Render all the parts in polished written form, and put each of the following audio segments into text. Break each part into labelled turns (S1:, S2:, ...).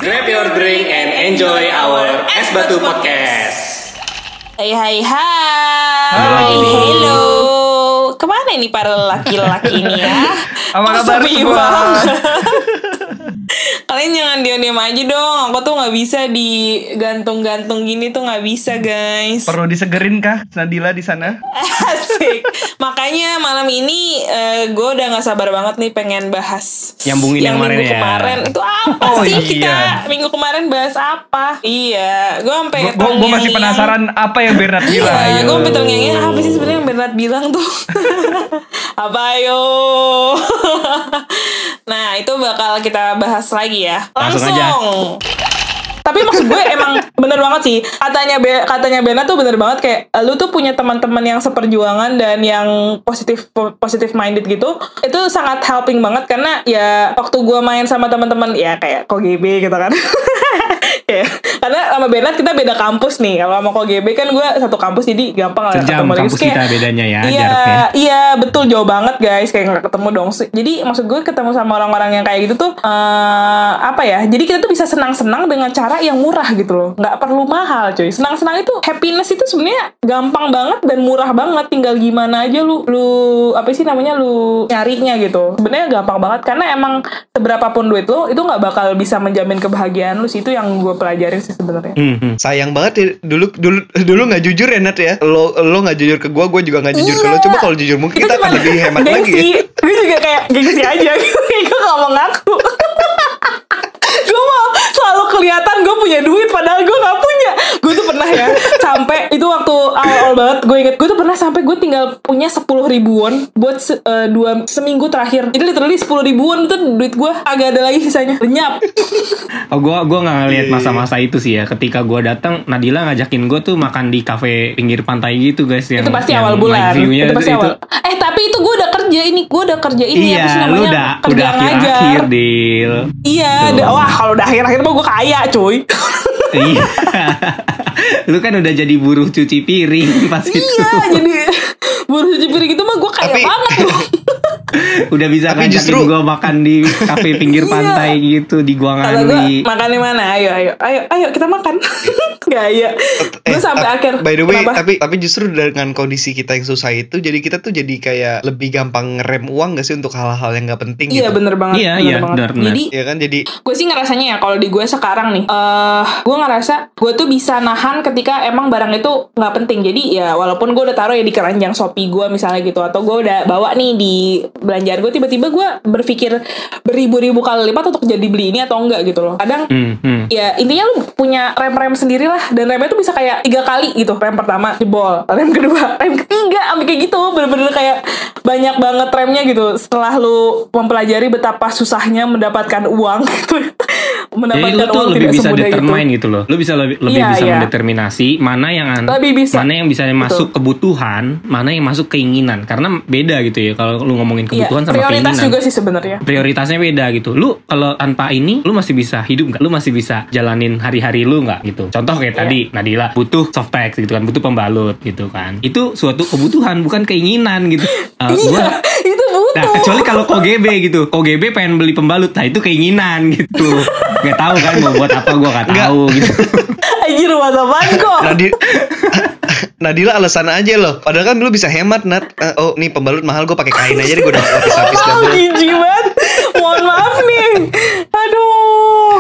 S1: Grab your drink and enjoy our Es Batu Podcast.
S2: Hai. Hello. Kemana ini para laki-laki ini ya?
S3: Apa kabar semua?
S2: Kalian jangan diam-diam aja dong. Aku tuh gak bisa digantung-gantung gini tuh gak bisa, guys.
S3: Perlu disegerin kah Nadila di sana?
S2: Asik. Makanya malam ini gue udah gak sabar banget nih pengen bahas
S1: Nyambungin yang kemarin
S2: minggu
S1: ya.
S2: kemarin. Itu apa sih kita minggu kemarin bahas apa? Iya, gue sampai
S3: Gue masih penasaran apa yang Bernard bilang.
S2: Iya, gue sampai terngiang-ngiang apa sih sebenarnya yang Bernard bilang tuh? Apa ayo? Nah, itu bakal kita bahas lagi ya.
S1: Langsung aja.
S2: Tapi maksud gue emang bener banget sih. Katanya Bena tuh bener banget kayak lu tuh punya teman-teman yang seperjuangan dan yang positif minded gitu. Itu sangat helping banget karena ya waktu gue main sama teman-teman ya kayak KGB gitu kan. Ya, karena sama Bernard kita beda kampus nih. Kalau sama KGB kan gue satu kampus jadi gampang lah
S1: Sejam
S2: ketemu lagi.
S1: kampus kita bedanya ya
S2: Iya,
S1: jaraknya.
S2: iya betul, jauh banget guys, kayak nggak ketemu dong. Jadi maksud gue ketemu sama orang-orang yang kayak gitu tuh apa ya? Jadi kita tuh bisa senang-senang dengan cara yang murah gitu loh. Nggak perlu mahal, cuy. Senang-senang itu happiness itu sebenarnya gampang banget dan murah banget. Tinggal gimana aja lu apa sih namanya lu nyarinya gitu. Sebenarnya gampang banget karena emang seberapapun duit lu itu nggak bakal bisa menjamin kebahagiaan lu sih. Itu yang gue pelajarin sih sebenarnya.
S4: Sayang banget ya, dulu nggak jujur ya Nat ya. Lo nggak jujur ke gue juga nggak jujur ke lo. Coba kalau jujur mungkin kita akan lebih hemat lagi ya.
S2: Gue juga kayak gengsi aja. Gue gak mau ngaku. Gue mau selalu kelihatan gue punya duit padahal gue gak punya. Gue tuh pernah ya sampai itu waktu awal banget gue inget, gue tuh pernah sampai gue tinggal punya 10 ribuan buat seminggu terakhir. Jadi literally 10 ribuan itu duit gue agak ada lagi sisanya lenyap.
S1: Oh, gue nggak ngeliat masa-masa itu sih ya. Ketika gue datang, Nadila ngajakin gue tuh makan di kafe pinggir pantai gitu guys. Yang,
S2: itu pasti
S1: yang
S2: awal bulan.
S1: itu pasti
S2: awal. Tapi itu gue udah kerja ini.
S1: Iya,
S2: apa sih
S1: lu
S2: namanya?
S1: udah akhir-akhir deal.
S2: Iya, wah kalau udah akhir-akhir mah gue kaya cuy.
S1: Iya. Lu kan udah jadi buruh cuci piring pas itu.
S2: Iya, jadi buruh cuci piring itu mah gue kaya banget loh.
S1: Udah bisa ngajakin gue makan di kafe pinggir pantai gitu di Gua Ngandi.
S2: Makan di mana? Ayo kita makan. Gaya. Gue sampai akhir.
S4: By the way, tapi justru dengan kondisi kita yang susah itu, jadi kita tuh jadi kayak lebih gampang ngerem uang gak sih untuk hal-hal yang gak penting gitu.
S2: Iya bener banget.
S1: Iya bener.
S2: Jadi gue sih ngerasanya ya kalau di gue sekarang nih, gue ngerasa gue tuh bisa nahan ketika emang barang itu nggak penting. Jadi ya walaupun gue udah taruh ya di keranjang Shopee gue misalnya gitu, atau gue udah bawa nih di belanjaan gue, tiba-tiba gue berpikir beribu-ribu kali lipat untuk jadi beli ini atau enggak gitu loh. Kadang ya intinya lu punya rem sendiri lah, dan remnya tuh bisa kayak 3 kali gitu. Rem pertama jebol, rem kedua, rem ketiga, sampai kayak gitu. Bener-bener kayak banyak banget remnya gitu. Setelah lu mempelajari betapa susahnya mendapatkan uang gitu.
S1: Jadi lu tuh lebih bisa determine gitu loh. Lu bisa lebih bisa mendeterminasi mana yang bisa masuk kebutuhan, mana yang masuk keinginan. Karena beda gitu ya kalau lu ngomongin kebutuhan sama keinginan.
S2: Prioritas juga sih sebenarnya.
S1: Prioritasnya beda gitu. Lu kalau tanpa ini lu masih bisa hidup nggak? Lu masih bisa jalanin hari-hari lu nggak gitu? Contoh kayak tadi Nadila butuh softtex gitu kan, butuh pembalut gitu kan. Itu suatu kebutuhan bukan keinginan gitu.
S2: Itu butuh.
S1: Nah, kecuali kalau KGB gitu. KGB pengen beli pembalut. Nah, itu keinginan gitu. Gak tahu kan mau buat apa, gue gak tahu gitu.
S2: Anjir, masa apaan kok?
S4: Nadila alasan aja loh. Padahal kan lu bisa hemat, Nat. Oh, nih pembalut mahal, gue pakai kain aja deh, gue udah lapis-lapis double.
S2: Jijik banget. Mohon maaf nih. Aduh.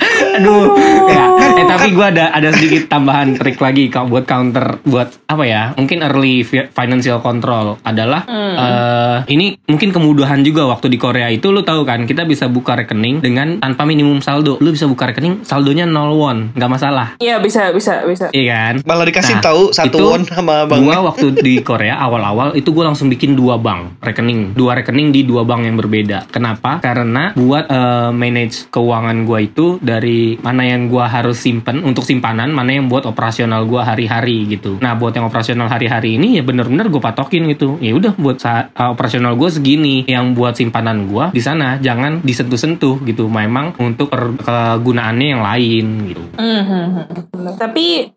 S1: Ya, tapi gue ada sedikit tambahan trik lagi buat counter, buat apa ya? Mungkin early financial control adalah ini mungkin kemudahan juga waktu di Korea itu. Lu tahu kan, kita bisa buka rekening dengan tanpa minimum saldo. Lu bisa buka rekening saldonya 0 won, nggak masalah.
S2: Iya, bisa.
S1: Iya kan?
S4: Malah dikasih tahu 1 won sama bang.
S1: Gua waktu di Korea awal-awal itu gue langsung bikin 2 bank rekening, 2 rekening di 2 bank yang berbeda. Kenapa? Karena buat manage keuangan gue itu dari mana yang gue harus simpen untuk simpanan, mana yang buat operasional gue hari-hari gitu. Nah, buat yang operasional hari-hari ini ya bener-bener gue patokin gitu. Ya udah buat operasional gue segini, yang buat simpanan gue di sana jangan disentuh-sentuh gitu. Memang untuk kegunaannya yang lain gitu.
S2: benar. Tapi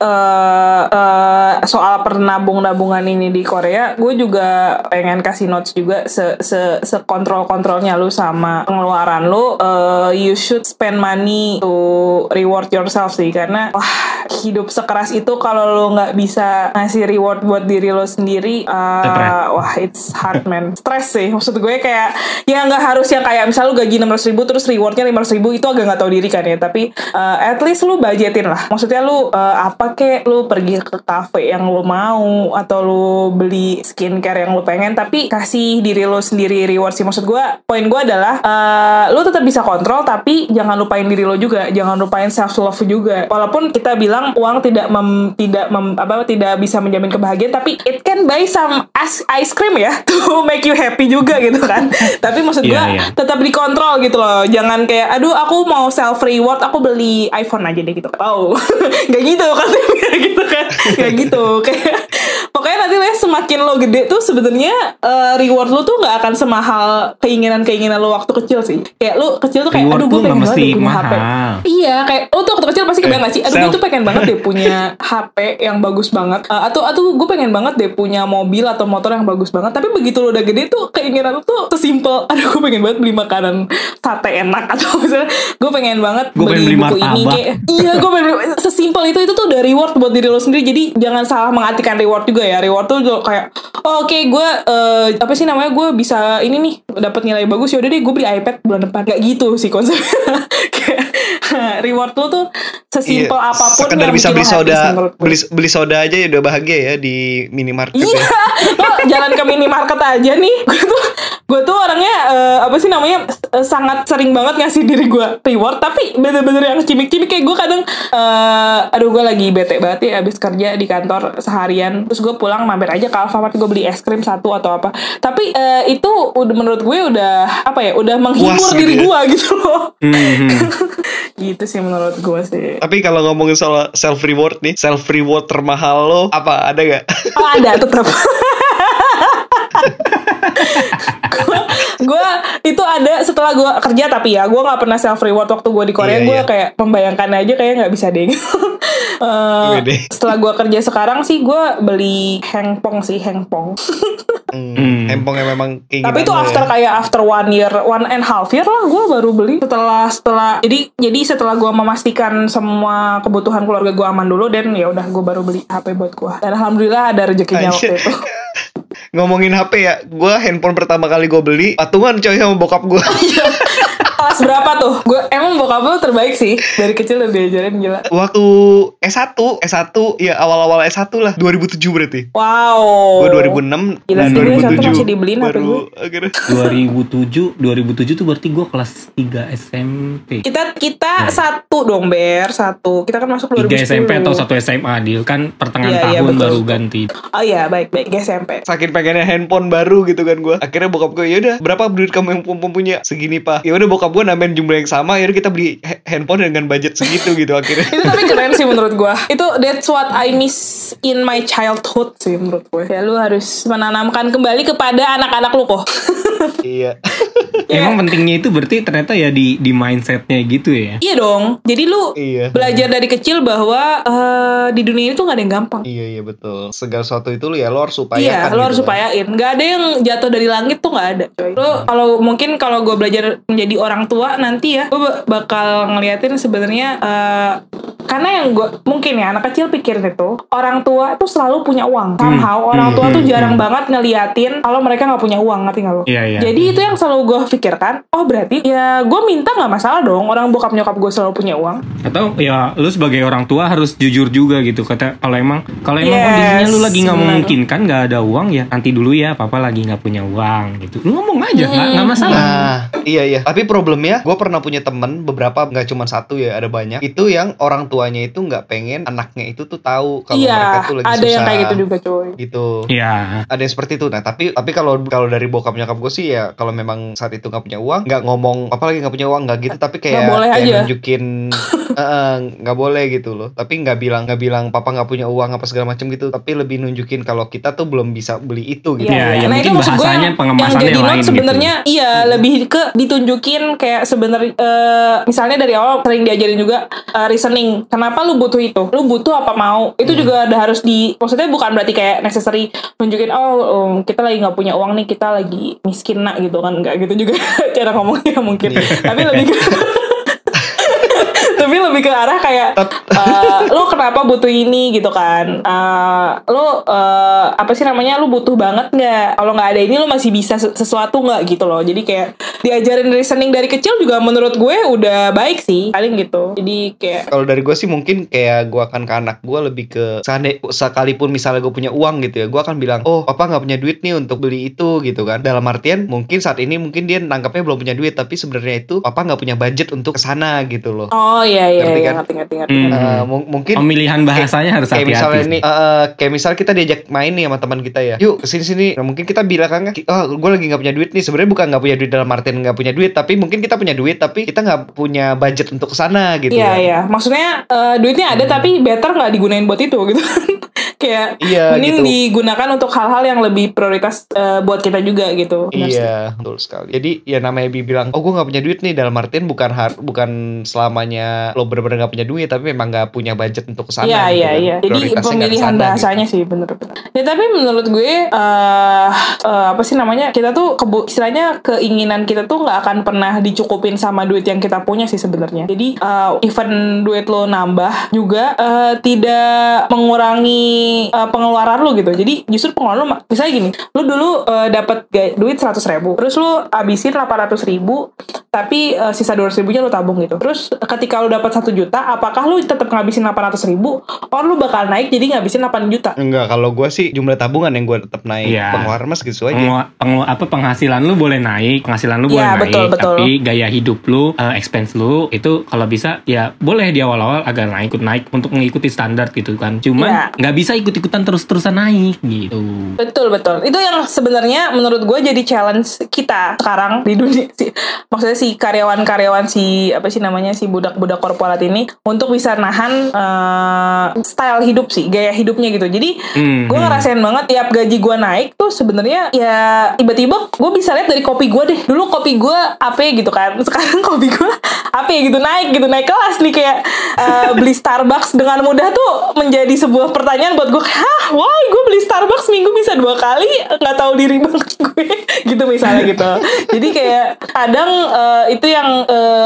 S2: soal nabungan ini di Korea, gue juga pengen kasih notes juga kontrolnya lu sama pengeluaran lu. You should spend money to reward yourself sih, karena hidup sekeras itu kalau lu nggak bisa ngasih reward buat diri lo sendiri, it's hard man. Stress sih, maksud gue kayak ya nggak harus yang kayak misal lu gaji 600.000 terus rewardnya 500.000, itu agak nggak tahu diri kan ya. Tapi at least lu budgetin lah, maksudnya lu lu pergi ke cafe yang lu mau atau lu beli skincare yang lu pengen, tapi kasih diri lu sendiri reward sih. Maksud gue, poin gue adalah lu tetap bisa kontrol, tapi jangan lupain diri lo juga, jangan lupain self love juga. Walaupun kita bilang uang tidak bisa menjamin kebahagiaan, tapi it can buy some ice cream ya to make you happy juga gitu kan. Tapi maksud gue tetap dikontrol gitu loh, jangan kayak aduh aku mau self reward, aku beli iPhone aja deh gitu. Gak gitu kan, gitu kan, gak gitu. Kayak pokoknya nanti semakin lo gede tuh sebenarnya reward lo tuh nggak akan semahal keinginan lo waktu kecil sih. Kayak lo kecil tuh kayak
S1: reward
S2: aduh gue pengen banget deh punya
S1: mahal.
S2: HP. Iya, kayak lo tuh waktu kecil pasti kebayang gak sih, aduh gue tuh pengen banget deh punya HP yang bagus banget, atau gue pengen banget deh punya mobil atau motor yang bagus banget. Tapi begitu lo udah gede tuh keinginan lo tuh sesimpel aduh gue pengen banget beli makanan sate enak, atau misalnya gue pengen banget beli buku ini kayak gue pengen sesimpel itu tuh udah reward buat diri lo sendiri. Jadi jangan salah mengartikan reward juga ya. Reward tuh kayak gue gue bisa ini nih dapat nilai bagus, ya udah deh gue beli iPad bulan depan. Gak gitu sih konsepnya. Reward lo tuh sesimpel apapun
S4: sekedar
S2: yang
S4: bisa beli soda,
S2: beli
S4: soda aja ya udah bahagia ya di minimarket.
S2: Iya, lo jalan ke minimarket aja nih. Gue tuh orangnya sangat sering banget ngasih diri gue reward, tapi bener-bener yang cimik-cimik. Kayak gue kadang gue lagi bete banget ya abis kerja di kantor seharian, terus gue pulang mampir aja ke Alfamart, gue beli es krim 1 atau apa. Tapi itu udah menurut gue udah menghibur diri gue gitu loh. Gitu sih menurut gue sih.
S4: Tapi kalau ngomongin soal self reward nih, self reward termahal lo apa, ada gak?
S2: Ada tetap. Gue itu ada setelah gue kerja, tapi ya gue nggak pernah self reward waktu gue di Korea. Gue kayak membayangkan aja kayak nggak bisa deh. Setelah gue kerja sekarang sih gue beli hengpong.
S4: Hengpong yang memang keinginan.
S2: Tapi itu after 1.5 year lah gue baru beli. Setelah jadi setelah gue memastikan semua kebutuhan keluarga gue aman dulu, dan ya udah gue baru beli HP buat gue. Dan alhamdulillah ada rezekinya waktu itu.
S4: Ngomongin HP ya, gue handphone pertama kali gue beli patungan coy sama bokap gue.
S2: Kelas berapa tuh? Emang bokap lu terbaik sih, dari kecil udah diajarin gila.
S4: Waktu S1 ya awal-awal S1 lah, 2007 berarti.
S2: Wow.
S4: Gue 2006
S2: gila,
S4: dan 2007
S2: masih dibeliin
S4: baru
S2: akhirnya.
S1: 2007 tuh berarti gue kelas 3 SMP.
S2: Kita satu dong, satu. Kita kan masuk 2010.
S1: 3 SMP atau 1 SMA, Dil. Kan pertengahan tahun betul, baru ganti.
S2: Oh iya, baik SMP.
S4: Saking pengennya handphone baru gitu kan gue. Akhirnya bokap gue, yaudah berapa duit kamu yang punya? Segini pak. Ya udah bokap gue nambahin jumlah yang sama, yaudah kita beli handphone dengan budget segitu gitu akhirnya.
S2: Itu tapi keren sih menurut gue. That's what I miss in my childhood sih menurut gue. Ya lu harus menanamkan kembali kepada anak-anak lu kok.
S4: Iya.
S1: Emang pentingnya itu berarti ternyata ya di mindsetnya gitu ya.
S2: Iya dong. Jadi lu belajar dari kecil bahwa di dunia itu gak ada yang gampang.
S4: Iya betul. Segala sesuatu itu lu harus upayakan.
S2: Iya, lu harus upayain. Gak ada yang jatuh dari langit tuh, gak ada coy. Lu kalau gue belajar menjadi orang tua nanti ya, gue bakal ngeliatin sebenarnya karena yang gue mungkin ya anak kecil pikirin itu orang tua tuh selalu punya uang. Somehow orang tua tuh jarang banget ngeliatin kalau mereka nggak punya uang, ngerti nggak lo?
S1: Iya.
S2: Jadi itu yang selalu gue pikirkan. Oh berarti ya gue minta nggak masalah dong. Orang bokap nyokap gue selalu punya uang.
S1: Atau ya lu sebagai orang tua harus jujur juga gitu. Kalau emang kondisinya lu lagi nggak memungkinkan, nggak ada uang, ya nanti dulu ya papa lagi nggak punya uang gitu. Lu ngomong aja nggak masalah.
S4: Nah, iya. Tapi problemnya gue pernah punya temen beberapa, nggak cuma satu ya, ada banyak. Itu yang orang tuanya itu nggak pengen anaknya itu tuh tahu kalau mereka tuh lagi susah.
S2: Ada yang kayak gitu juga coy.
S4: Gitu.
S1: Iya.
S4: Ada yang seperti itu. Nah tapi kalau dari bokap nyokap gue sih ya, kalau memang saat itu nggak punya uang, nggak ngomong apalagi nggak punya uang, nggak gitu, tapi kayak nunjukin nggak boleh gitu loh. Tapi nggak bilang papa nggak punya uang apa segala macam gitu. Tapi lebih nunjukin kalau kita tuh belum bisa beli itu gitu.
S1: Iya,
S2: Nah,
S1: mungkin
S2: itu maksud gue
S1: bahasanya
S2: yang
S1: pengemasannya
S2: jadi
S1: lain
S2: note sebenarnya
S1: gitu.
S2: iya lebih ke ditunjukin kayak sebenarnya misalnya dari awal sering diajarin juga reasoning. Kenapa lu butuh itu? Lu butuh apa mau? Itu juga udah harus maksudnya bukan berarti kayak necessary nunjukin kita lagi nggak punya uang nih, kita lagi miskin nak gitu kan, nggak gitu juga cara ngomongnya mungkin. Tapi lebih ke arah kayak lo kenapa butuh ini gitu kan, lo apa sih namanya, lo butuh banget nggak, kalau nggak ada ini lo masih bisa sesuatu nggak gitu loh. Jadi kayak diajarin reasoning dari kecil juga menurut gue udah baik sih paling gitu. Jadi kayak
S4: kalau dari gue sih mungkin kayak gue akan ke anak gue lebih ke sekalipun misalnya gue punya uang gitu ya, gue akan bilang papa nggak punya duit nih untuk beli itu gitu kan. Dalam artian mungkin saat ini mungkin dia nangkapnya belum punya duit, tapi sebenarnya itu papa nggak punya budget untuk kesana gitu loh.
S2: Ngerti.
S4: Mungkin
S1: pemilihan bahasanya harus
S4: kayak
S1: hati-hati.
S4: misalnya nih, kayak misalnya kita diajak main nih sama teman kita ya, yuk kesini. Nah, mungkin kita bilang kan, gue lagi nggak punya duit nih. Sebenarnya bukan nggak punya duit dalam artian nggak punya duit, tapi mungkin kita punya duit tapi kita nggak punya budget untuk kesana gitu.
S2: Iya. Maksudnya duitnya ada tapi better nggak digunain buat itu gitu. Kayak mending gitu digunakan untuk hal-hal yang lebih prioritas buat kita juga gitu.
S4: Iya, betul sekali. Jadi ya namanya bilang, gue nggak punya duit nih, dalam artian bukan selamanya lo benar-benar nggak punya duit, tapi memang nggak punya budget untuk kesana.
S2: Iya. Jadi pemilihan bahasanya gitu sih bener-bener. Ya tapi menurut gue apa sih namanya, kita tuh istilahnya keinginan kita tuh nggak akan pernah dicukupin sama duit yang kita punya sih sebenarnya. Jadi even duit lo nambah juga tidak mengurangi pengeluaran lo gitu. Jadi justru pengeluaran lo, misalnya gini, lo dulu dapat duit 100.000, terus lo habisin 800.000, tapi sisa 200.000-nya lo tabung gitu. Terus ketika lo dapat 1 juta, apakah lo tetap ngabisin 800.000 or lo bakal naik jadi ngabisin 8 juta?
S4: Enggak, kalau gue sih jumlah tabungan yang gue tetap naik. Pengeluaran mas gitu aja.
S1: Penghasilan lu boleh naik,
S2: betul.
S1: Tapi gaya hidup lu, expense lu itu kalau bisa ya boleh di awal-awal agak naik untuk mengikuti standar gitu kan. Cuman nggak bisa ikut-ikutan terus-terusan naik gitu.
S2: Betul. Itu yang sebenarnya menurut gue jadi challenge kita sekarang di dunia sih. Maksudnya si karyawan-karyawan si budak-budak korporat ini untuk bisa nahan style hidup sih, gaya hidupnya gitu. Jadi gue ngerasain banget tiap gaji gue naik tuh sebenarnya ya tiba-tiba gue bisa lihat dari kopi gue deh. Dulu kopi gue AP gitu kan, sekarang kopi gue AP gitu, naik kelas nih. Kayak beli Starbucks dengan mudah tuh menjadi sebuah pertanyaan buat gue. Why gue beli Starbucks minggu bisa 2 kali, nggak tahu diri banget gue gitu misalnya gitu. Jadi kayak kadang itu yang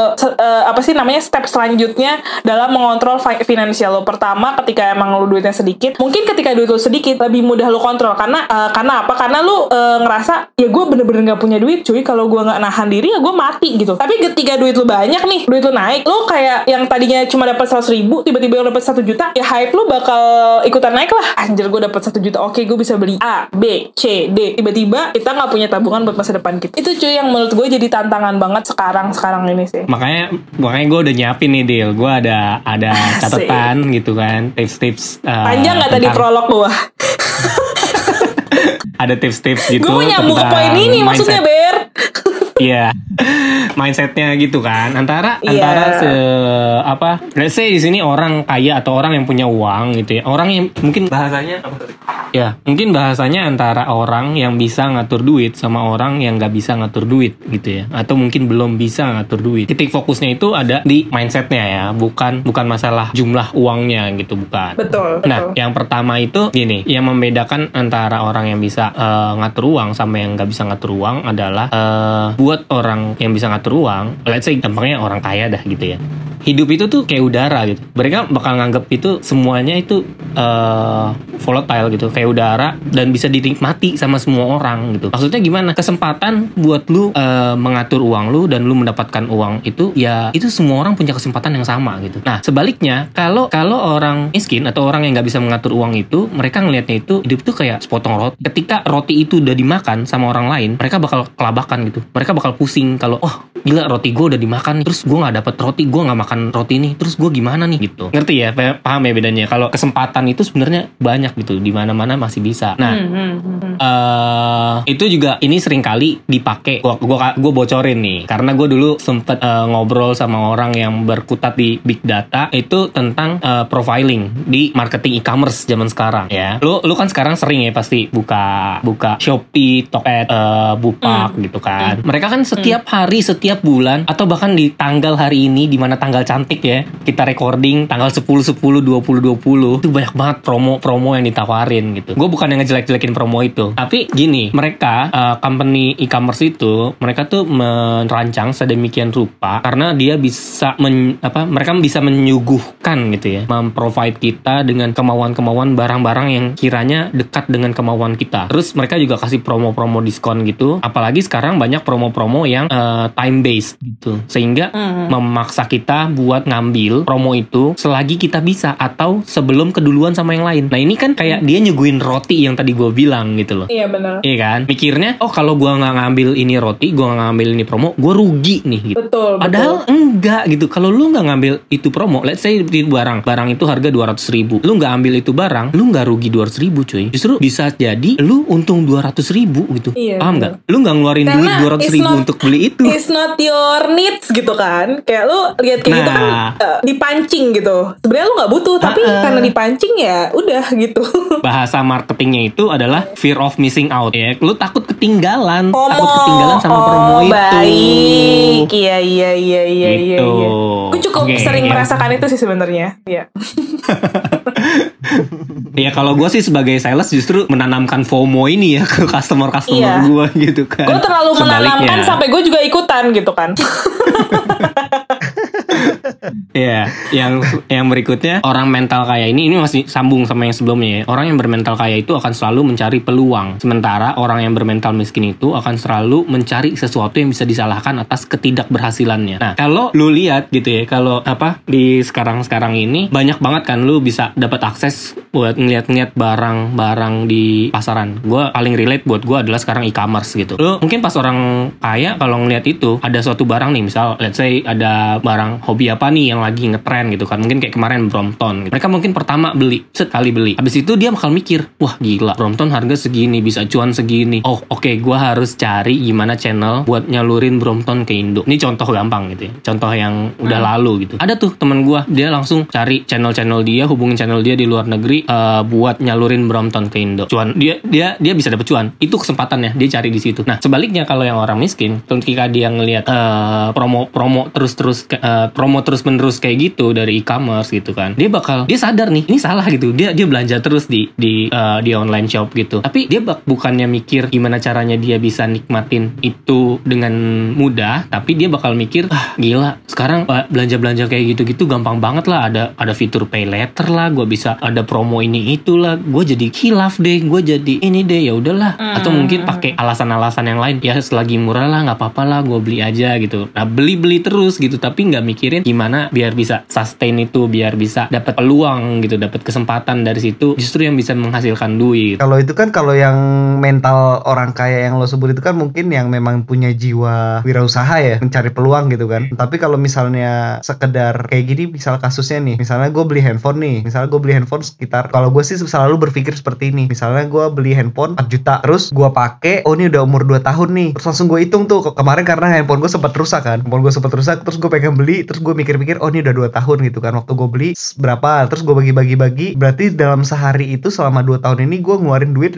S2: step selanjutnya dalam mengontrol finansial lo. Pertama, ketika emang lo duitnya sedikit, mungkin ketika duit lo sedikit lebih mudah lo kontrol karena apa? Karena lo ngerasa ya gue bener-bener nggak punya duit cuy, kalau gue nggak nahan diri ya gue mati gitu. Tapi ketika duit lo banyak nih, duit lo naik, lo kayak yang tadinya cuma dapat 100.000 tiba-tiba lo dapat 1 juta, ya hype lo bakal ikutan naik lah. Anjir, gue dapat 1 juta, oke gue bisa beli A, B, C, D. Tiba-tiba kita nggak punya tabungan buat masa depan kita. Itu cuy yang menurut gue jadi tantangan banget sekarang ini sih.
S1: Makanya gue udah nyiapin nih Dil, gue ada catatan gitu kan, tips-tips.
S2: Panjang nggak tadi prolog gue?
S1: Ada tips-tips gitu.
S2: Gue mau nyambung ke poin ini maksudnya Ber.
S1: Iya, mindsetnya gitu kan. Antara let's say di sini orang kaya atau orang yang punya uang gitu ya. Orang yang mungkin bahasanya apa tadi? Ya, mungkin bahasanya antara orang yang bisa ngatur duit sama orang yang nggak bisa ngatur duit gitu ya. Atau mungkin belum bisa ngatur duit. Titik fokusnya itu ada di mindsetnya ya, bukan masalah jumlah uangnya gitu, bukan.
S2: Betul.
S1: Nah, yang pertama itu gini, yang membedakan antara orang yang bisa ngatur uang sama yang nggak bisa ngatur uang adalah buat orang yang bisa ngatur uang, let's say gampangnya orang kaya dah gitu ya. Hidup itu tuh kayak udara gitu. Mereka bakal nganggap itu semuanya itu volatile gitu, kayak udara dan bisa dinikmati sama semua orang gitu. Maksudnya gimana? Kesempatan buat lu mengatur uang lu dan lu mendapatkan uang itu, ya itu semua orang punya kesempatan yang sama gitu. Nah, sebaliknya kalau orang miskin atau orang yang nggak bisa mengatur uang itu, mereka ngelihatnya itu hidup tuh kayak sepotong roti. Ketika roti itu udah dimakan sama orang lain, mereka bakal kelabakan gitu. Mereka bakal pusing kalau gila roti gue udah dimakan, terus gue nggak dapet roti, gue nggak makan makan roti nih, terus gue gimana nih gitu. Ngerti ya, paham ya bedanya. Kalau kesempatan itu sebenarnya banyak gitu, di mana-mana masih bisa. Nah, itu juga ini sering kali dipakai. Gue bocorin nih, karena gue dulu sempet ngobrol sama orang yang berkutat di big data itu tentang profiling di marketing e-commerce zaman sekarang ya. Lu kan sekarang sering ya pasti buka Shopee, Tokped, Bupak gitu kan. Mereka kan setiap hari, setiap bulan, atau bahkan di tanggal hari ini, di mana tanggal cantik ya, kita recording tanggal 10/10 2020, itu banyak banget promo yang ditawarin gitu. Gue bukan yang ngejelek-jelekin promo itu, tapi gini, mereka company e-commerce itu, mereka tuh merancang sedemikian rupa karena dia bisa mereka bisa menyuguhkan gitu ya, memprovide kita dengan kemauan-kemauan barang-barang yang kiranya dekat dengan kemauan kita. Terus mereka juga kasih promo-promo diskon gitu. Apalagi sekarang banyak promo-promo yang time based gitu, sehingga memaksa kita buat ngambil promo itu selagi kita bisa atau sebelum keduluan sama yang lain. Nah ini kan kayak dia nyuguhin roti yang tadi gue bilang gitu loh.
S2: Iya benar.
S1: Iya kan, mikirnya kalau gue nggak ngambil ini roti, gue nggak ngambil ini promo, gue rugi nih gitu.
S2: Betul.
S1: Padahal enggak gitu. Kalau lu nggak ngambil itu promo, let's say di barang itu harga 200.000, lu nggak ambil itu barang, lu nggak rugi 200.000 cuy. Justru bisa jadi lu untung 200.000 gitu.
S2: Iya,
S1: paham nggak? Lu nggak ngeluarin duit 200.000 untuk beli itu.
S2: It's not your needs gitu kan. Kayak lu lihat kayak gitu kan dipancing gitu. Sebenarnya lu nggak butuh, tapi karena dipancing ya udah gitu.
S1: Bahasa marketingnya itu adalah fear of missing out ya. Lu takut ketinggalan, takut ketinggalan sama promo itu.
S2: Baik. Iya.
S1: Gitu.
S2: Gue cukup sering merasakan itu sih sebenarnya. Iya.
S1: Ya kalau gue sih sebagai sales justru menanamkan FOMO ini ya ke customer gue gitu kan.
S2: Gue terlalu menanamkan sampai gue juga ikutan gitu kan.
S1: Ya, yang berikutnya, orang mental kaya ini masih sambung sama yang sebelumnya ya. Orang yang bermental kaya itu akan selalu mencari peluang, sementara orang yang bermental miskin itu akan selalu mencari sesuatu yang bisa disalahkan atas ketidakberhasilannya. Nah, kalau lu lihat gitu ya, kalau di sekarang ini banyak banget kan lu bisa dapat akses buat ngeliat barang-barang di pasaran. Gue paling relate buat gue adalah sekarang e-commerce gitu. Lu mungkin pas orang kaya kalau ngeliat itu ada suatu barang nih, misal let's say ada barang hobi apa nih yang lagi ngetren gitu kan, mungkin kayak kemarin Brompton gitu. Mereka mungkin pertama sekali beli, habis itu dia bakal mikir, wah gila, Brompton harga segini, bisa cuan segini, oke, gue harus cari gimana channel buat nyalurin Brompton ke Indo. Ini contoh gampang gitu ya, contoh yang udah lalu gitu. Ada tuh temen gue, dia langsung cari channel dia, hubungin channel dia di luar negeri buat nyalurin Brompton ke Indo. Cuan, dia bisa dapet cuan, itu kesempatannya, dia cari di situ. Nah sebaliknya kalau yang orang miskin, ketika dia ngelihat promo terus-menerus kayak gitu dari e-commerce gitu kan, dia sadar nih ini salah gitu, dia belanja terus di online shop gitu, tapi dia bukannya mikir gimana caranya dia bisa nikmatin itu dengan mudah, tapi dia bakal mikir, gila sekarang belanja kayak gitu gampang banget lah, ada fitur pay later lah, gue bisa ada promo ini itulah, gue jadi khilaf deh, gue jadi ini deh, ya udahlah. Atau mungkin pakai alasan-alasan yang lain, ya selagi murah lah nggak apa-apa lah, gue beli aja gitu. Nah beli terus gitu, tapi nggak mikirin gimana biar bisa sustain itu, biar bisa dapat peluang gitu, dapat kesempatan dari situ, justru yang bisa menghasilkan duit.
S4: Kalau itu kan, kalau yang mental orang kaya yang lo sebut itu kan mungkin yang memang punya jiwa wirausaha ya, mencari peluang gitu kan. Tapi kalau misalnya sekedar kayak gini, misal kasusnya nih, misalnya gue beli handphone sekitar, kalau gue sih selalu berpikir seperti ini, misalnya gue beli handphone 4 juta, terus gue pakai, ini udah umur 2 tahun nih, terus langsung gue hitung tuh, kemarin karena handphone gue sempat rusak, terus gue pengen beli, terus gue mikir-mikir, ini udah 2 tahun gitu kan, waktu gue beli berapa, terus gue bagi-bagi, berarti dalam sehari itu selama 2 tahun ini gue ngeluarin duit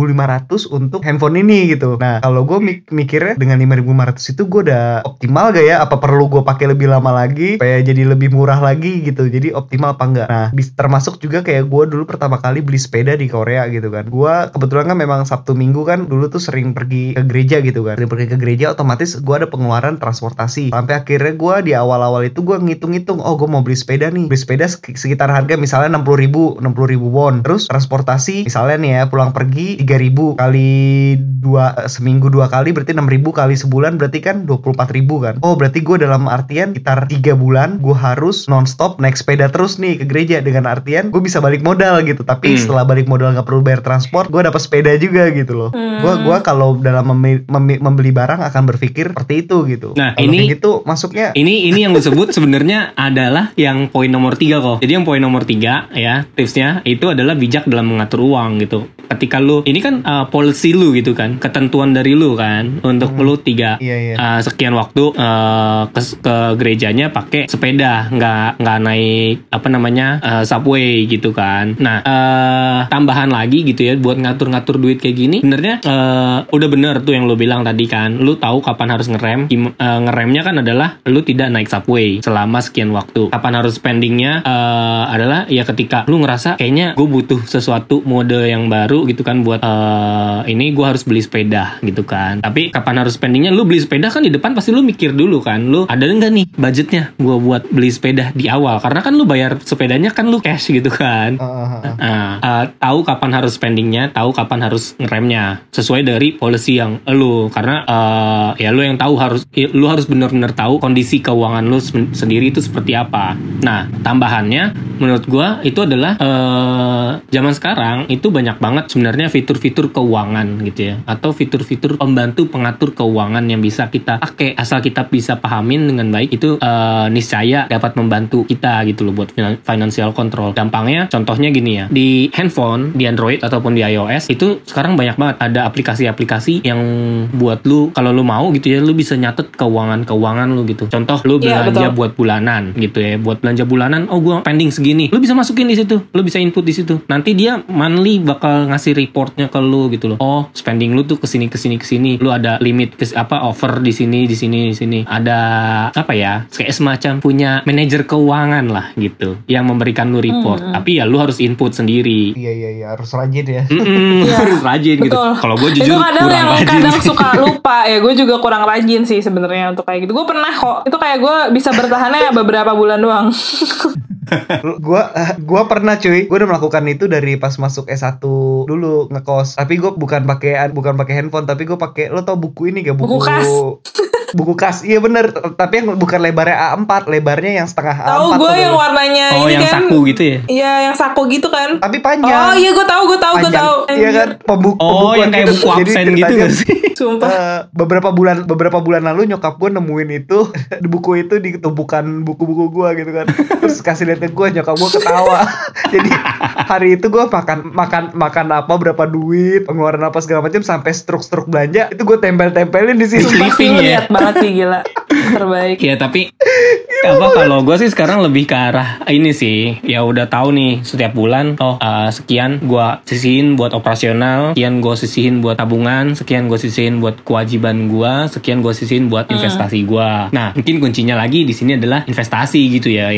S4: 5.500 untuk handphone ini gitu. Nah kalau gue mikirnya dengan 5.500 itu gue udah optimal gak ya, apa perlu gue pakai lebih lama lagi supaya jadi lebih murah lagi gitu, jadi optimal apa enggak. Nah termasuk juga kayak gue dulu pertama kali beli sepeda di Korea gitu kan, gue kebetulan kan memang Sabtu Minggu kan dulu tuh sering pergi ke gereja gitu kan, otomatis gue ada pengeluaran transportasi, sampai akhirnya gue di awal-awal itu gue ngitung-ngitung, gue mau beli sepeda sekitar harga misalnya 60.000 won, terus transportasi misalnya nih ya, pulang pergi 3.000 kali 2 seminggu 2 kali, berarti 6.000 kali sebulan, berarti kan 24.000 kan. Berarti gue dalam artian sekitar 3 bulan gue harus nonstop naik sepeda terus nih ke gereja, dengan artian gue bisa balik modal gitu, tapi setelah balik modal gak perlu bayar transport, gue dapat sepeda juga gitu loh. Gue kalau dalam membeli barang akan berpikir seperti itu gitu.
S1: Nah
S4: kalo ini gitu masuknya
S1: ini yang gue sebut sebenarnya sebenarnya adalah yang poin nomor 3 kok. Jadi yang poin nomor 3 ya, tipsnya itu adalah bijak dalam mengatur uang gitu. Ketika lu, ini kan policy lu gitu kan, ketentuan dari lu kan, untuk lu 3 sekian waktu ke gerejanya pakai sepeda, nggak naik subway gitu kan. Nah, tambahan lagi gitu ya buat ngatur-ngatur duit kayak gini. Sebenarnya udah bener tuh yang lu bilang tadi kan. Lu tahu kapan harus ngerem. Ngeremnya kan adalah lu tidak naik subway selama sekian waktu. Kapan harus spendingnya adalah ya ketika lu ngerasa kayaknya gue butuh sesuatu mode yang baru gitu kan buat ini gue harus beli sepeda gitu kan. Tapi kapan harus spendingnya, lu beli sepeda kan di depan pasti lu mikir dulu kan, lu ada nggak nih budgetnya gue buat beli sepeda di awal, karena kan lu bayar sepedanya kan lu cash gitu kan. Tahu kapan harus spendingnya, tahu kapan harus ngeremnya sesuai dari policy yang lu, karena ya lu yang tahu, lu harus benar-benar tahu kondisi keuangan lu sendiri itu seperti apa. Nah, tambahannya menurut gue itu adalah zaman sekarang itu banyak banget sebenarnya fitur-fitur keuangan gitu ya, atau fitur-fitur pembantu pengatur keuangan yang bisa kita pakai asal kita bisa pahamin dengan baik. Itu niscaya dapat membantu kita gitu loh buat financial control. Gampangnya contohnya gini ya, di handphone, di Android ataupun di iOS itu sekarang banyak banget ada aplikasi-aplikasi yang buat lu, kalau lu mau gitu ya, lu bisa nyatet keuangan lu gitu. Contoh lu belanja buat bulanan gitu ya, buat belanja bulanan, oh gua pending segini, lu bisa masukin di situ, lu bisa input di situ. Nanti dia monthly bakal ngasih reportnya ke lu gitu loh. Oh, spending lu tuh kesini. Lu ada limit offer di sini. Ada kayak semacam punya manajer keuangan lah gitu yang memberikan lu report. Tapi ya lu harus input sendiri.
S3: Iya, harus rajin ya.
S1: Harus rajin gitu. Kalau gue jujur
S2: itu kadang
S1: kurang rajin.
S2: Kadang suka lupa ya. Gue juga kurang rajin sih sebenarnya untuk kayak gitu. Gue pernah kok. Itu kayak gue bisa bertahannya beberapa bulan doang.
S3: Gua pernah cuy, gue udah melakukan itu dari pas masuk S1 dulu ngekos. Tapi gue bukan pakai handphone, tapi gue pakai, lo tau buku ini gak, buku kas. Buku kas, iya bener. Tapi yang bukan lebarnya A4, lebarnya yang setengah A4.
S2: Tahu gue yang warnanya ini
S1: yang
S2: kan.
S1: saku gitu ya?
S2: Iya, yang saku gitu kan.
S3: Tapi panjang.
S2: Oh iya, gue tahu.
S3: Iya kan, pembuku.
S1: Oh, yang kayak buku absen gitu gak sih?
S2: Sumpah.
S3: Beberapa bulan lalu nyokap gue nemuin itu di buku itu di tumpukan buku-buku gue gitu kan. Terus kasih lihat ke gue, nyokap gue ketawa. Jadi hari itu gue makan apa, berapa duit, pengeluaran apa segala macam, sampai struk belanja itu gue tempelin di sini.
S1: Clipping ya.
S2: Banget sih, gila. Terbaik.
S1: Ya tapi kalau gue sih sekarang lebih ke arah ini sih, ya udah tahu nih setiap bulan sekian gue sisihin buat operasional, sekian gue sisihin buat tabungan, sekian gue sisihin buat kewajiban gue, sekian gue sisihin buat investasi gue. Nah, mungkin kuncinya lagi di sini adalah investasi gitu ya.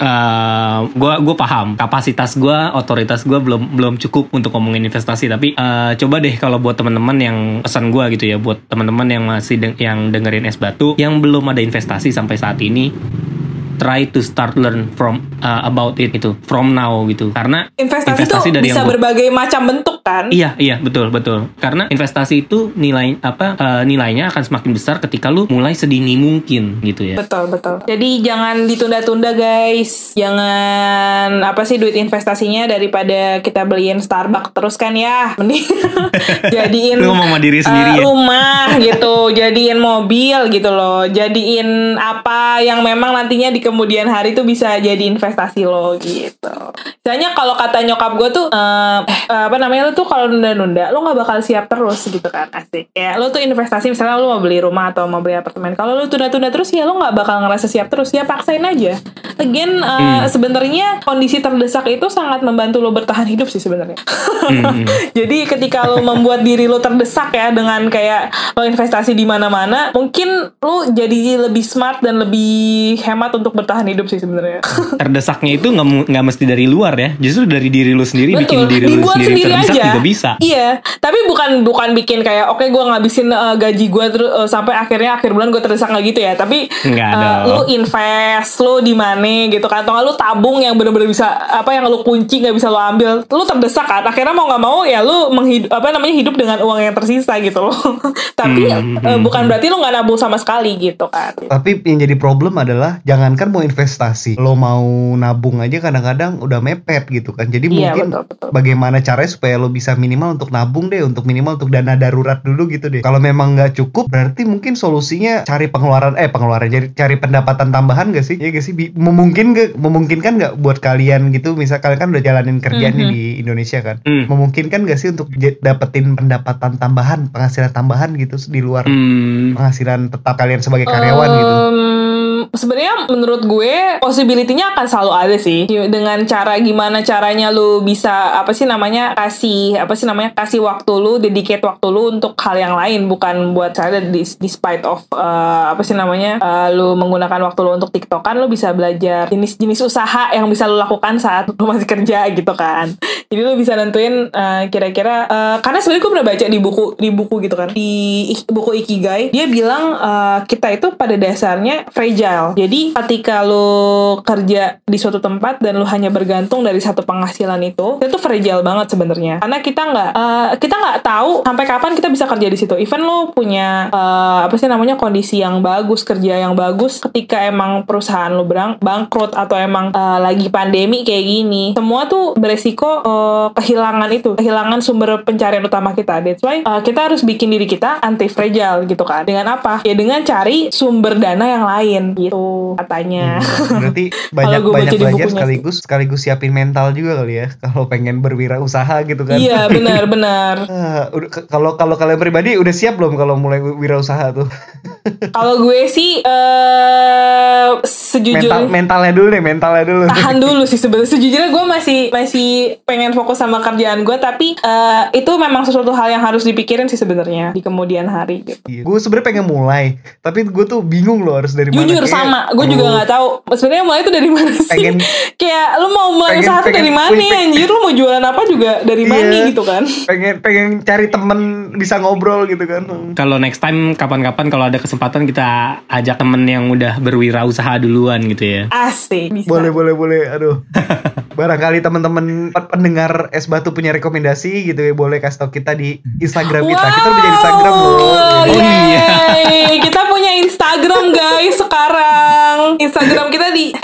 S1: Gue paham kapasitas gue, otoritas gue belum cukup untuk ngomongin investasi, tapi coba deh kalau buat teman-teman yang pesan gue gitu ya, buat teman-teman yang masih yang dengerin Es Batu yang belum ada investasi sampai saat ini, try to start learn from about it gitu, from now gitu. Karena
S2: investasi itu
S1: dari
S2: bisa berbagai macam bentuk kan?
S1: Iya, betul. Karena investasi itu nilainya akan semakin besar ketika lu mulai sedini mungkin gitu ya.
S2: Betul. Jadi jangan ditunda-tunda guys. Jangan duit investasinya daripada kita beliin Starbucks terus kan ya. Mending jadiin
S1: lu ngomong sama diri sendiri ya.
S2: Rumah gitu, jadiin mobil gitu loh. Jadiin apa yang memang nantinya di kemudian hari tuh bisa jadi investasi lo gitu. Misalnya kalau kata nyokap gue tuh lu tuh kalau nunda-nunda lo nggak bakal siap terus gitu kan. Asik ya, lo tuh investasi misalnya lo mau beli rumah atau mau beli apartemen, kalau lo tunda-tunda terus ya lo nggak bakal ngerasa siap terus, ya paksain aja. Again sebenarnya kondisi terdesak itu sangat membantu lo bertahan hidup sih sebenarnya. Jadi ketika lo membuat diri lo terdesak ya dengan kayak lo investasi di mana-mana, mungkin lo jadi lebih smart dan lebih hemat untuk bertahan hidup sih sebenarnya.
S1: Terdesaknya itu nggak mesti dari luar ya, justru dari diri lu sendiri.
S2: Betul.
S1: Bikin diri lu sendiri terdesak
S2: aja.
S1: juga bisa.
S2: Iya, tapi bukan bikin kayak oke gue ngabisin gaji gue terus sampai akhir bulan gue terdesak, nggak gitu ya. Tapi lu invest, lu di mana money gitu kan, atau nggak lu tabung yang bener-bener bisa yang lu kunci nggak bisa lu ambil, lu terdesak kan, akhirnya mau nggak mau ya lu hidup dengan uang yang tersisa gitu loh. Tapi bukan berarti lu nggak nabung sama sekali gitu kan.
S3: Tapi yang jadi problem adalah jangankan mau investasi, lo mau nabung aja kadang-kadang udah mepet gitu kan. Jadi mungkin
S2: betul.
S3: Bagaimana caranya supaya lo bisa minimal untuk nabung deh, untuk minimal untuk dana darurat dulu gitu deh. Kalau memang nggak cukup, berarti mungkin solusinya cari pengeluaran, jadi cari pendapatan tambahan gak sih? Ya gak sih? Memungkinkan gak buat kalian gitu? Misal kalian kan udah jalanin kerjaan nih di Indonesia kan? Memungkinkan gak sih untuk dapetin pendapatan tambahan, penghasilan tambahan gitu di luar penghasilan tetap kalian sebagai karyawan gitu?
S2: Sebenarnya menurut gue possibility-nya akan selalu ada sih, dengan cara gimana caranya lu bisa kasih waktu lu, dedicate waktu lu untuk hal yang lain, bukan buat cara despite of lu menggunakan waktu lu untuk TikTokan, lu bisa belajar jenis-jenis usaha yang bisa lu lakukan saat lu masih kerja gitu kan. Jadi lu bisa nentuin kira-kira karena sebenarnya gue pernah baca di buku gitu kan, di buku Ikigai, dia bilang kita itu pada dasarnya fragile. Jadi ketika lu kerja di suatu tempat dan lu hanya bergantung dari satu penghasilan itu fragile banget sebenarnya. Karena kita nggak tahu sampai kapan kita bisa kerja di situ. Even lu punya kondisi yang bagus, kerja yang bagus, ketika emang perusahaan lu bangkrut atau emang lagi pandemi kayak gini, semua tuh beresiko kehilangan sumber pencarian utama kita. That's why kita harus bikin diri kita anti fragile gitu kan. Dengan apa? Ya dengan cari sumber dana yang lain gitu katanya.
S3: Berarti banyak belajar sekaligus siapin mental juga kali ya kalau pengen berwirausaha gitu kan.
S2: Iya, benar.
S3: Kalau kalian pribadi udah siap belum kalau mulai wirausaha tuh?
S2: Kalau gue sih sejujurnya
S3: mentalnya dulu.
S2: Tahan dulu sih sebenarnya. Sejujurnya gue masih pengen fokus sama kerjaan gue, tapi itu memang sesuatu hal yang harus dipikirin sih sebenarnya di kemudian hari gitu.
S3: Iya. Gue sebenarnya pengen mulai, tapi gue tuh bingung loh harus dari mana.
S2: Jujur sama, gue juga nggak tahu sebenarnya mulai itu dari mana sih. Kayak lu mau mulai usaha tuh dari mana anjir, lu mau jualan apa juga dari mana gitu kan.
S3: Pengen cari temen bisa ngobrol gitu kan.
S1: Kalau next time kapan-kapan kalau ada kesempatan kita ajak temen yang udah berwirausaha duluan gitu ya.
S2: Asik. Bisa.
S3: Boleh. Aduh. Barangkali teman-teman pendengar Es Batu punya rekomendasi gitu ya, boleh kasih tau kita di Instagram kita. Kita udah punya Instagram loh.
S1: Oh iya.
S2: Kita punya Instagram guys sekarang. Instagram kita di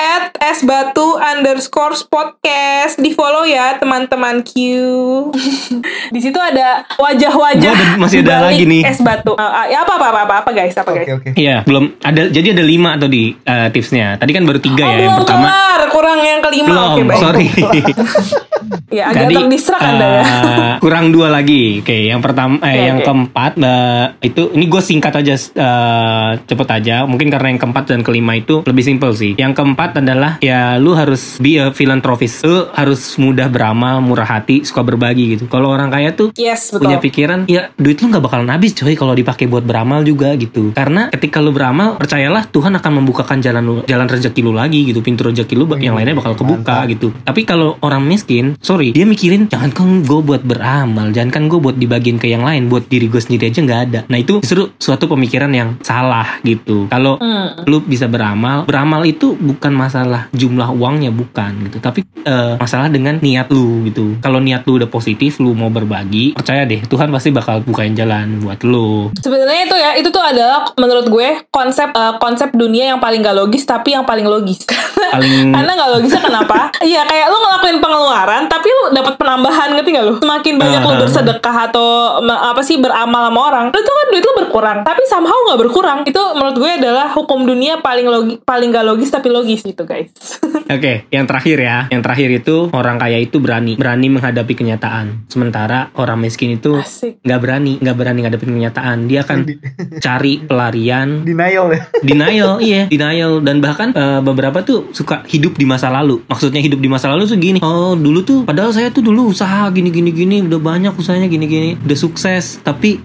S2: @esbatu_podcast. Di follow ya teman-teman Q. Di situ ada wajah-wajah.
S1: Masih ada lagi nih.
S2: Es Batu. Ya apa guys?
S3: Oke.
S1: Iya, belum ada. Jadi ada 5 atau di tipsnya. Tadi kan baru 3 ya. Yang pertama.
S2: Kurang yang kelima.
S1: Belum,
S2: Oke,
S1: sorry.
S2: Ya agak terdistrak Anda ya.
S1: Kurang 2 lagi. Oke, yang pertama yang keempat itu ini gue singkat aja, cepet aja. Mungkin karena yang keempat dan kelima itu lebih simpel sih. Yang keempat adalah ya lu harus be a philanthropist. Lu harus mudah beramal, murah hati, suka berbagi gitu. Kalau orang kaya tuh punya pikiran ya duit lu nggak bakalan habis coy kalau dipakai buat beramal juga gitu. Karena ketika lu beramal, percayalah Tuhan akan membukakan jalan rezeki lu lagi gitu. Pintu rezeki lu yang lainnya bakal kebuka gitu. Tapi kalau orang miskin, dia mikirin jangan kan gue buat beramal, jangan kan gue buat dibagiin ke yang lain, buat diri gue sendiri aja nggak ada. Nah itu justru suatu pemikiran yang salah gitu. Kalau lu bisa beramal itu bukan masalah jumlah uangnya, bukan gitu, tapi masalah dengan niat lu gitu. Kalau niat lu udah positif, lu mau berbagi, percaya deh Tuhan pasti bakal bukain jalan buat lu. Sebenarnya
S2: itu tuh adalah menurut gue konsep dunia yang paling gak logis tapi yang paling logis. Karena gak logisnya kenapa? Iya kayak lu ngelakuin pengeluaran tapi lu dapat penambahan, ngerti gak lu? Semakin banyak lu bersedekah atau beramal sama orang, itu kan duit lu berkurang, tapi somehow gak berkurang. Itu menurut gue adalah hukum dunia paling gak logis tapi logis gitu guys.
S1: Oke, yang terakhir ya. Yang terakhir itu orang kaya itu berani menghadapi kenyataan. Sementara orang miskin itu nggak berani ngadepin kenyataan. Dia akan cari pelarian. Denial. Dan bahkan beberapa tuh suka hidup di masa lalu. Maksudnya hidup di masa lalu tuh gini. Oh dulu tuh padahal saya tuh dulu usaha gini udah banyak usahanya gini udah sukses. Tapi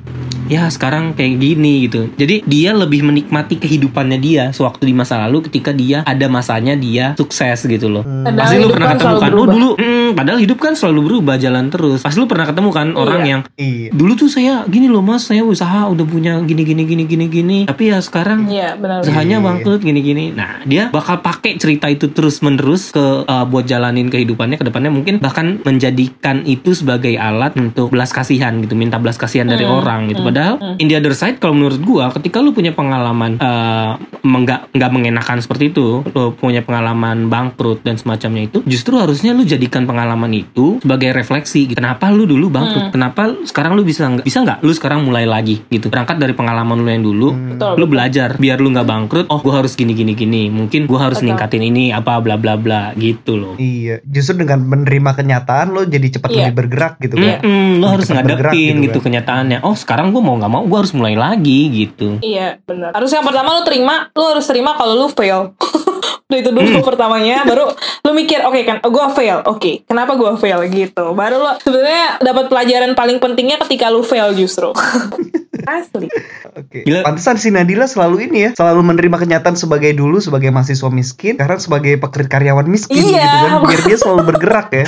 S1: ya sekarang kayak gini gitu. Jadi dia lebih menikmati kehidupannya dia sewaktu di masa lalu ketika dia ada masanya dia sukses gitu loh. Pasti lu pernah ketemu kan, dulu padahal hidup kan selalu berubah, jalan terus. Pasti lu pernah ketemu kan orang yang dulu tuh saya gini loh mas, saya usaha udah punya gini, tapi ya sekarang usahanya bangkrut gini. Nah dia bakal pakai cerita itu terus menerus ke buat jalanin kehidupannya ke depannya, mungkin bahkan menjadikan itu sebagai alat untuk belas kasihan gitu, minta belas kasihan dari orang gitu. Padahal in the other side, kalau menurut gua, ketika lu punya pengalaman nggak mengenakan seperti itu, lu punya pengalaman bangkrut dan semacamnya itu, justru harusnya lu jadikan pengalaman itu sebagai refleksi gitu. Kenapa lu dulu bangkrut? Kenapa sekarang lu bisa nggak lu sekarang mulai lagi gitu? Berangkat dari pengalaman lu yang dulu, lu belajar biar lu nggak bangkrut. Oh, gua harus gini. Mungkin gua harus ningkatin ini apa bla bla bla gitu loh.
S3: Iya, justru dengan menerima kenyataan lo jadi cepat lebih bergerak gitu kan.
S1: Lo harus ngadepin gitu kenyataannya. Oh, sekarang gua mau nggak mau gua harus mulai lagi gitu.
S2: Iya, benar. Harus yang pertama lo harus terima kalau lo fail. Udah itu dulu pertamanya, baru lo mikir, oke kan, gue fail, oke, kenapa gue fail gitu. Baru lo sebenarnya dapat pelajaran paling pentingnya ketika lo fail justru. Asli.
S3: Oke. Pantesan si Nadila selalu ini ya, selalu menerima kenyataan sebagai mahasiswa miskin, sekarang sebagai karyawan miskin gitu kan, biar dia selalu bergerak ya.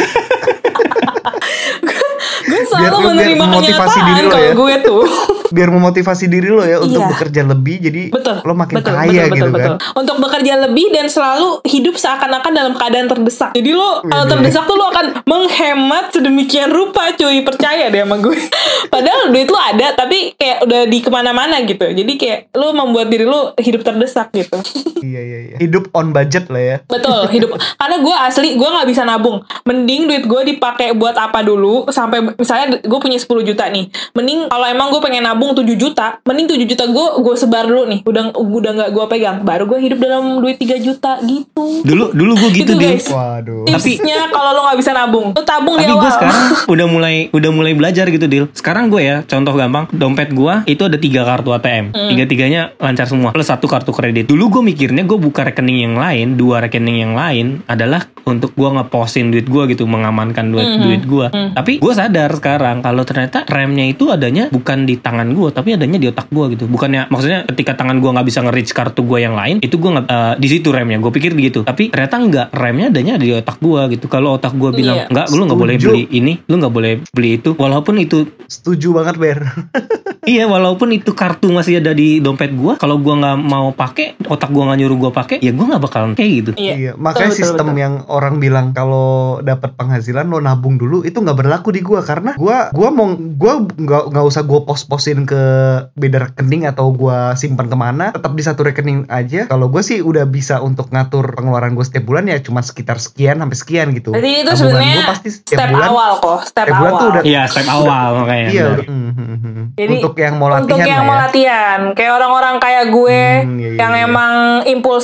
S2: Gue selalu menerima kenyataan kalau gue tuh.
S3: Biar memotivasi diri lo ya untuk bekerja lebih, jadi lo makin kaya gitu kan.
S2: Untuk bekerja lebih dan selalu hidup seakan-akan dalam keadaan terdesak. Jadi lo kalau terdesak tuh lo akan menghemat sedemikian rupa, cuy, percaya deh sama gue. Padahal duit lo ada tapi kayak udah di kemana-mana gitu. Jadi kayak lo membuat diri lo hidup terdesak gitu.
S3: Iya. Hidup on budget lah ya.
S2: Betul, hidup. Karena gue asli gue nggak bisa nabung. Mending duit gue dipakai buat apa dulu, sampai misalnya gue punya 10 juta nih. Mending kalau emang gue pengen nabung 7 juta, mending 7 juta gue sebar dulu nih. Udah nggak gue pegang. Baru gue hidup dalam duit 3 juta gitu.
S1: Dulu gue gitu deh.
S3: Waduh.
S2: Tipsnya kalau lo nggak bisa nabung, lo tabung di awal.
S1: Tapi gue sekarang udah mulai belajar gitu, Dil. Sekarang gue ya, contoh gampang, dompet gue itu ada 3 kartu ATM. 3-3-nya lancar semua. Plus 1 kartu kredit. Dulu gue mikirnya gue buka rekening yang lain, 2 rekening yang lain adalah untuk gue ngeposin duit gue gitu, mengamankan duit gue. Tapi gue sadar sekarang kalau ternyata remnya itu adanya bukan di tangan gue, tapi adanya di otak gue gitu. Bukannya maksudnya ketika tangan gue nggak bisa nge-reach kartu gue yang lain, itu gue nggak di situ remnya. Gue pikir gitu, tapi ternyata nggak, remnya adanya di otak gue gitu. Kalau otak gue bilang nggak, lu nggak boleh beli ini, lu nggak boleh beli itu, walaupun itu
S3: setuju banget Ber.
S1: Iya, walaupun itu kartu masih ada di dompet gue, kalau gue nggak mau pakai, otak gue nggak nyuruh gue pakai, ya gue nggak bakalan kayak gitu.
S3: Iya, makanya sistem yang orang bilang kalau dapat penghasilan lo nabung dulu itu nggak berlaku di gue, karena gue nggak usah gue pos-posin ke beda rekening atau gue simpan kemana, tetap di satu rekening aja. Kalau gue sih udah bisa untuk ngatur pengeluaran gue setiap bulan ya cuma sekitar sekian sampai sekian gitu.
S2: Jadi itu sebenarnya step bulan, awal kok, step awal.
S3: Tuh udah,
S1: iya, step awal makanya.
S3: Iya. Jadi untuk yang mau latihan,
S2: kayak orang-orang kayak gue yang emang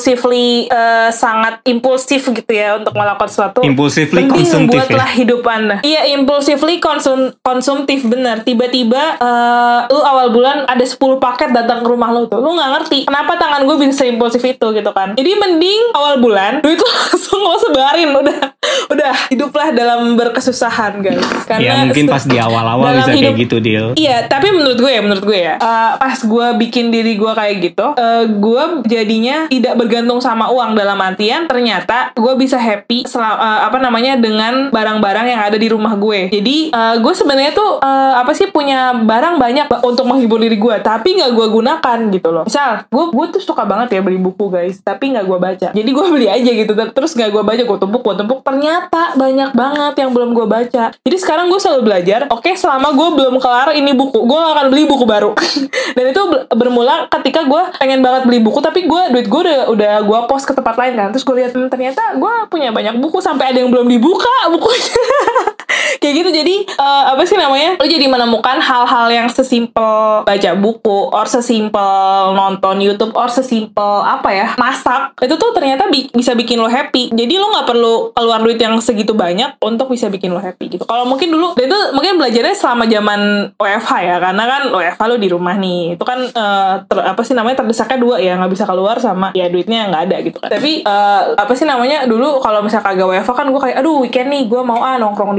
S2: sangat impulsif gitu ya untuk melakukan sesuatu.
S1: Impulsively
S2: konsumtif
S1: ya.
S2: Buatlah hidup Anda. Iya, impulsively konsumtif, bener. Tiba-tiba lu awal bulan ada 10 paket datang ke rumah lu tuh. Lu nggak ngerti kenapa tangan gue bisa impulsif itu gitu kan. Jadi mending awal bulan duit lu langsung lo sebarin, udah hiduplah dalam berkesusahan guys.
S1: Karena ya mungkin pas di awal-awal bisa kayak gitu, Dil.
S2: Iya, tapi menurut gue ya pas gue bikin diri gue kayak gitu, gue jadinya tidak bergantung sama uang, dalam artian ternyata gue bisa happy dengan barang-barang yang ada di rumah gue. Jadi gue sebenarnya tuh punya barang banyak untuk menghibur diri gue, tapi nggak gue gunakan gitu loh. Misal gue tuh suka banget ya beli buku guys, tapi nggak gue baca. Jadi gue beli aja gitu, terus nggak gue baca, gue tumpuk. Ternyata banyak banget yang belum gue baca. Jadi sekarang gue selalu belajar, oke, selama gue belum kelar ini buku, gue akan beli buku baru. Dan itu bermula ketika gue pengen banget beli buku, tapi duit gue udah gue post ke tempat lain kan. Terus gue lihat ternyata gue punya banyak buku, sampai ada yang belum dibuka bukunya. Kayak gitu. Jadi lo jadi menemukan hal-hal yang sesimpel baca buku, or sesimpel nonton YouTube, or sesimpel masak, itu tuh ternyata bisa bikin lo happy. Jadi lo nggak perlu keluar duit yang segitu banyak untuk bisa bikin lo happy gitu. Kalau mungkin dulu, dan itu mungkin belajarnya selama zaman WFH ya, karena kan WFH lo di rumah nih, itu kan terdesaknya 2 ya, nggak bisa keluar sama ya duitnya nggak ada gitu kan. Tapi dulu kalau misalnya kagak WFH kan gue kayak aduh weekend nih gue mau nongkrong di kafe sama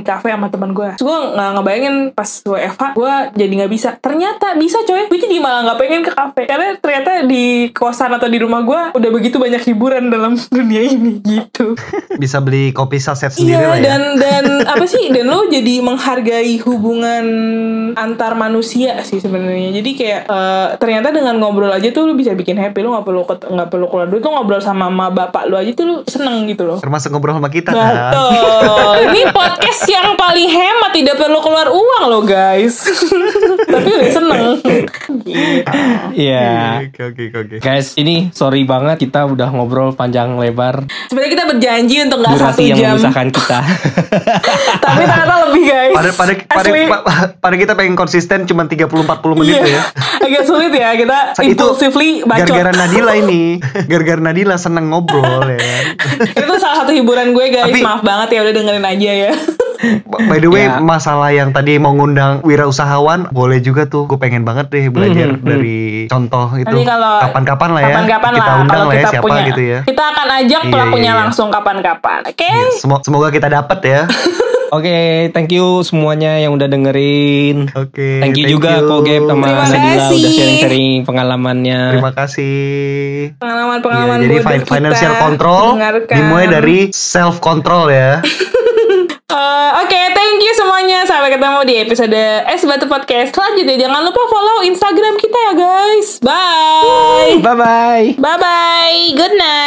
S2: sama teman gue. Terus gue nggak ngebayangin pas WFH gue jadi nggak bisa. Ternyata bisa coy. Gue jadi malah nggak pengen ke kafe karena ternyata di kosan atau di rumah gue udah begitu banyak hiburan dalam dunia ini gitu.
S3: Bisa beli kopi saset sendiri
S2: Iya
S3: lah ya.
S2: dan apa sih? Dan lo jadi menghargai hubungan antar manusia sih sebenarnya. Jadi kayak ternyata dengan ngobrol aja tuh lo bisa bikin happy. Lo nggak perlu keluar duit. Lo ngobrol sama mama bapak lo aja tuh lo seneng gitu loh.
S3: Termasuk ngobrol sama kita kan.
S2: Betul. Ini podcast yang paling hemat, tidak perlu keluar uang loh guys. Tapi udah seneng. Gitu.
S1: Iya.
S3: Oke.
S1: Guys, ini sorry banget kita udah ngobrol panjang lebar.
S2: Sebenarnya kita berjanji untuk nggak 1
S1: Durasi yang
S2: jam.
S1: memisahkan kita.
S2: Tapi ternyata lebih guys. Asli.
S3: Pada kita pengen konsisten cuma 30-40 menit
S2: Iya.
S3: ya.
S2: Agak sulit ya kita
S3: Itu
S2: impulsively bacot.
S3: Gara-gara Nadila ini. Gara-gara Nadila seneng ngobrol ya.
S2: Itu salah satu hiburan gue guys.
S3: Tapi-
S2: Maaf banget ya udah dengerin aja ya.
S3: By the way,
S1: Ya.
S3: masalah yang tadi mau ngundang wirausahawan, boleh juga tuh. Gue pengen banget deh belajar dari contoh itu.
S2: Nanti kalau
S3: Kapan-kapan lah ya.
S2: kapan-kapan
S3: kita
S2: lah,
S3: undang
S2: kalau
S3: lah ya
S2: kita
S3: siapa
S2: punya,
S3: gitu ya.
S2: Kita akan ajak
S3: Iya,
S2: pelakunya
S3: iya.
S2: langsung kapan-kapan. Oke.
S3: Iya, semoga kita dapet ya.
S1: Oke, thank you semuanya yang udah dengerin.
S3: Oke.
S1: Thank you juga kok Gap sama
S2: Terima
S1: Nadila
S2: kasih.
S1: udah sharing-sharing pengalamannya.
S3: Terima kasih.
S2: Pengalaman-pengalaman
S3: Iya, jadi
S2: bodoh kita
S3: financial control
S2: dengarkan.
S3: dimulai dari self control ya.
S2: Oke, thank you semuanya. Sampai ketemu di episode Es Batu Podcast selanjutnya. Jangan lupa follow Instagram kita ya guys. Bye.
S1: Bye bye.
S2: Bye bye. Good night.